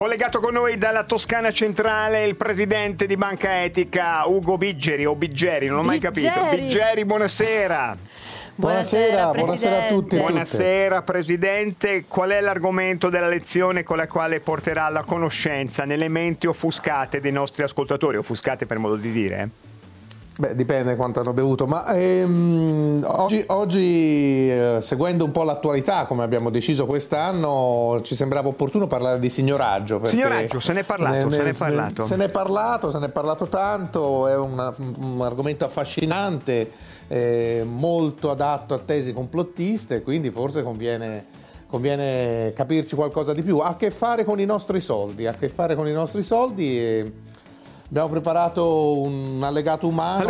Collegato con noi dalla Toscana centrale il presidente di Banca Etica, Ugo Biggeri, o Biggeri, non ho mai capito. Biggeri, buonasera. Buonasera a tutti. Buonasera Presidente, qual è l'argomento della lezione con la quale porterà alla conoscenza nelle menti offuscate dei nostri ascoltatori, offuscate per modo di dire? Beh, dipende quanto hanno bevuto, ma oggi seguendo un po' l'attualità, come abbiamo deciso quest'anno, ci sembrava opportuno parlare di signoraggio. Signoraggio, se n'è parlato. Se n'è parlato tanto, è un argomento affascinante, molto adatto a tesi complottiste, quindi forse conviene capirci qualcosa di più. Ha a che fare con i nostri soldi, abbiamo preparato un allegato umano.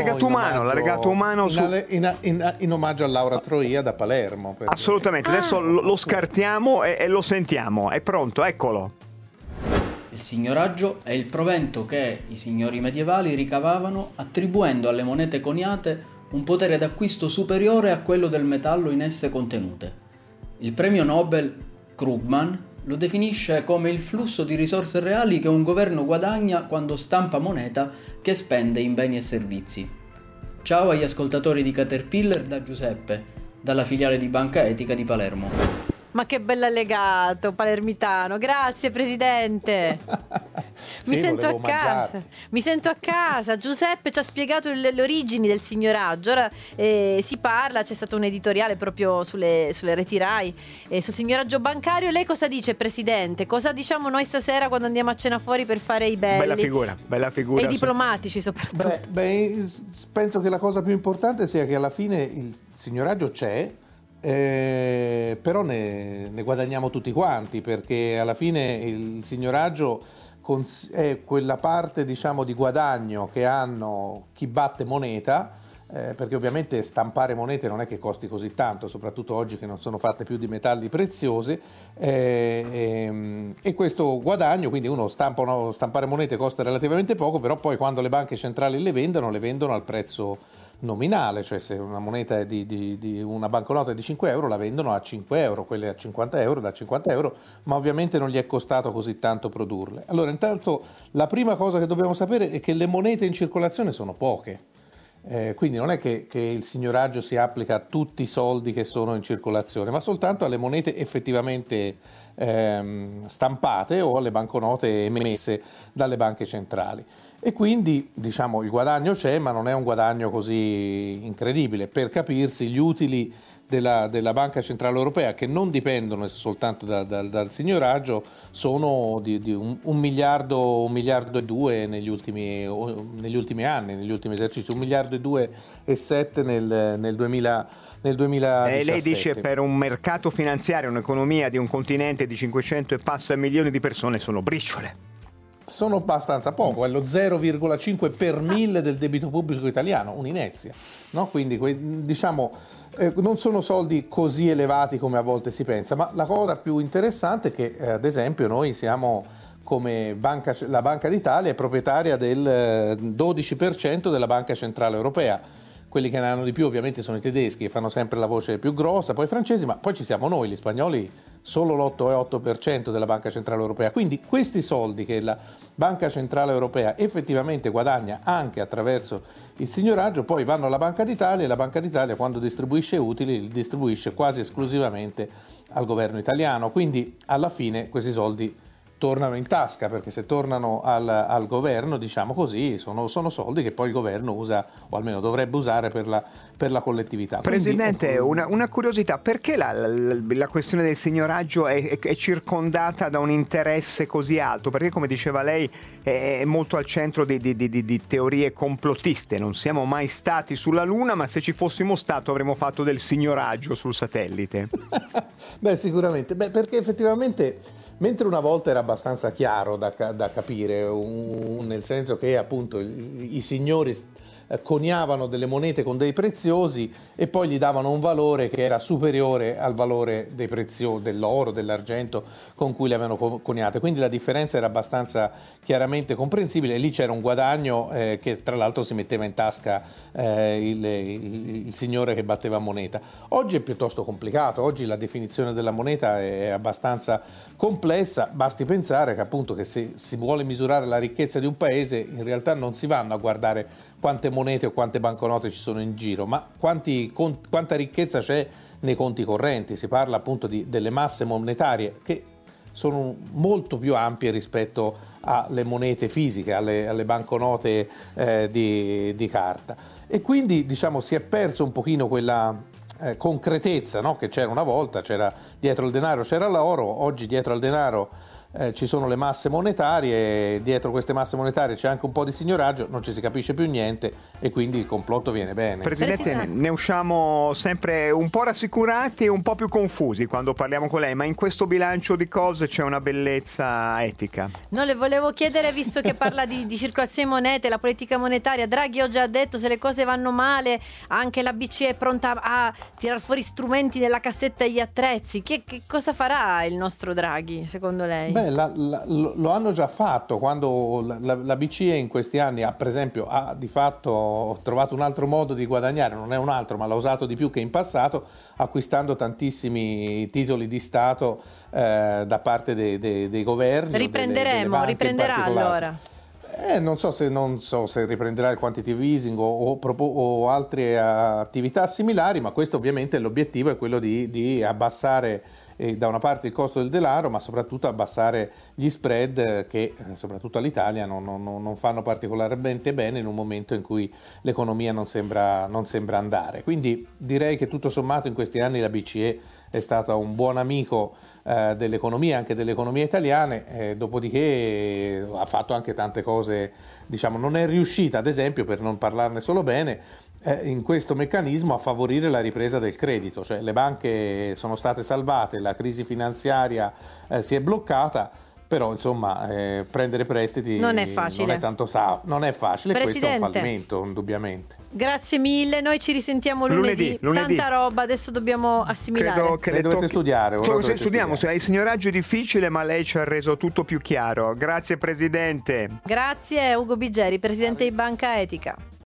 In omaggio a Laura Troia da Palermo. Assolutamente, adesso lo scartiamo e lo sentiamo. È pronto, eccolo. Il signoraggio è il provento che i signori medievali ricavavano attribuendo alle monete coniate un potere d'acquisto superiore a quello del metallo in esse contenute. Il premio Nobel Krugman lo definisce come il flusso di risorse reali che un governo guadagna quando stampa moneta che spende in beni e servizi. Ciao agli ascoltatori di Caterpillar da Giuseppe, dalla filiale di Banca Etica di Palermo. Ma che bello palermitano, grazie Presidente. Mi sento a casa. Giuseppe ci ha spiegato le origini del signoraggio. Ora si parla, c'è stato un editoriale proprio sulle reti Rai sul signoraggio bancario. Lei cosa dice, Presidente? Cosa diciamo noi stasera quando andiamo a cena fuori per fare i belli? Bella figura. E i diplomatici soprattutto. Penso che la cosa più importante sia che alla fine il signoraggio c'è. Però ne guadagniamo tutti quanti, perché alla fine il signoraggio è quella parte, diciamo, di guadagno che hanno chi batte moneta, perché ovviamente stampare monete non è che costi così tanto, soprattutto oggi che non sono fatte più di metalli preziosi, e questo guadagno, quindi stampare monete costa relativamente poco, però poi quando le banche centrali le vendono al prezzo nominale, cioè se una moneta è di una banconota è di 5 euro, la vendono a 5 euro, quelle a 50 euro da 50 euro, ma ovviamente non gli è costato così tanto produrle. Allora, intanto la prima cosa che dobbiamo sapere è che le monete in circolazione sono poche, quindi non è che il signoraggio si applica a tutti i soldi che sono in circolazione, ma soltanto alle monete effettivamente stampate o alle banconote emesse dalle banche centrali. E quindi, diciamo, il guadagno c'è, ma non è un guadagno così incredibile. Per capirsi, gli utili della Banca Centrale Europea, che non dipendono soltanto dal signoraggio, sono di 1 miliardo e 2 negli ultimi anni, negli ultimi esercizi, 1 miliardo e 2,7 nel 2017. Lei dice per un mercato finanziario, un'economia di un continente di 500 e passa milioni di persone sono briciole. Sono abbastanza poco, è lo 0,5 per 1000 del debito pubblico italiano, un'inezia, no? Quindi diciamo non sono soldi così elevati come a volte si pensa, ma la cosa più interessante è che ad esempio noi siamo come la Banca d'Italia è proprietaria del 12% della Banca Centrale Europea. Quelli che ne hanno di più ovviamente sono i tedeschi, che fanno sempre la voce più grossa, poi i francesi, ma poi ci siamo noi, gli spagnoli, solo l'8,8% della Banca Centrale Europea. Quindi questi soldi che la Banca Centrale Europea effettivamente guadagna anche attraverso il signoraggio, poi vanno alla Banca d'Italia, e la Banca d'Italia, quando distribuisce utili, li distribuisce quasi esclusivamente al governo italiano. Quindi alla fine questi soldi tornano in tasca, perché se tornano al governo, diciamo così, sono soldi che poi il governo usa, o almeno dovrebbe usare per la collettività. Presidente, quindi, una curiosità, perché la questione del signoraggio è circondata da un interesse così alto? Perché, come diceva lei, è molto al centro di teorie complottiste. Non siamo mai stati sulla Luna, ma se ci fossimo stati avremmo fatto del signoraggio sul satellite. Beh, sicuramente, perché effettivamente, mentre una volta era abbastanza chiaro da capire, nel senso che appunto i signori coniavano delle monete con dei preziosi e poi gli davano un valore che era superiore al valore dell'oro, dell'argento con cui le avevano coniate. Quindi la differenza era abbastanza chiaramente comprensibile e lì c'era un guadagno che tra l'altro si metteva in tasca il signore che batteva moneta. Oggi è piuttosto complicato, oggi la definizione della moneta è abbastanza complessa, basti pensare che appunto che se si vuole misurare la ricchezza di un paese in realtà non si vanno a guardare quante monete o quante banconote ci sono in giro, ma quanta ricchezza c'è nei conti correnti. Si parla appunto delle masse monetarie che sono molto più ampie rispetto alle monete fisiche, alle banconote di carta. E quindi diciamo si è perso un pochino quella concretezza, no? Che c'era una volta, c'era dietro il denaro c'era l'oro, oggi dietro al denaro ci sono le masse monetarie, dietro queste masse monetarie c'è anche un po' di signoraggio, non ci si capisce più niente e quindi il complotto viene bene. Presidente, ne usciamo sempre un po' rassicurati e un po' più confusi quando parliamo con lei, ma in questo bilancio di cose c'è una bellezza etica. No, le volevo chiedere, visto che parla di circolazione di monete, la politica monetaria, Draghi oggi ha detto se le cose vanno male anche la BCE è pronta a tirar fuori strumenti nella cassetta e gli attrezzi. Che cosa farà il nostro Draghi, secondo lei? Lo hanno già fatto quando la BCE in questi anni per esempio ha di fatto trovato un altro modo di guadagnare, non è un altro ma l'ha usato di più che in passato, acquistando tantissimi titoli di Stato da parte dei governi. Riprenderà allora. Non so se riprenderà il quantitative easing o altre attività similari, ma questo ovviamente l'obiettivo è quello di abbassare da una parte il costo del denaro, ma soprattutto abbassare gli spread che soprattutto all'Italia non fanno particolarmente bene in un momento in cui l'economia non sembra andare. Quindi direi che tutto sommato in questi anni la BCE è stata un buon amico dell'economia, anche delle economie italiane, dopodiché ha fatto anche tante cose, diciamo, non è riuscita ad esempio, per non parlarne solo bene, in questo meccanismo a favorire la ripresa del credito, cioè le banche sono state salvate, la crisi finanziaria si è bloccata, però insomma prendere prestiti non è facile, non è facile. Presidente, questo è un fallimento indubbiamente. Grazie mille, noi ci risentiamo lunedì. Tanta roba, adesso dobbiamo assimilare. Credo che dovete studiare. Studiamo, il signoraggio è difficile ma lei ci ha reso tutto più chiaro. Grazie Presidente. Grazie Ugo Bigeri, Presidente di Banca Etica.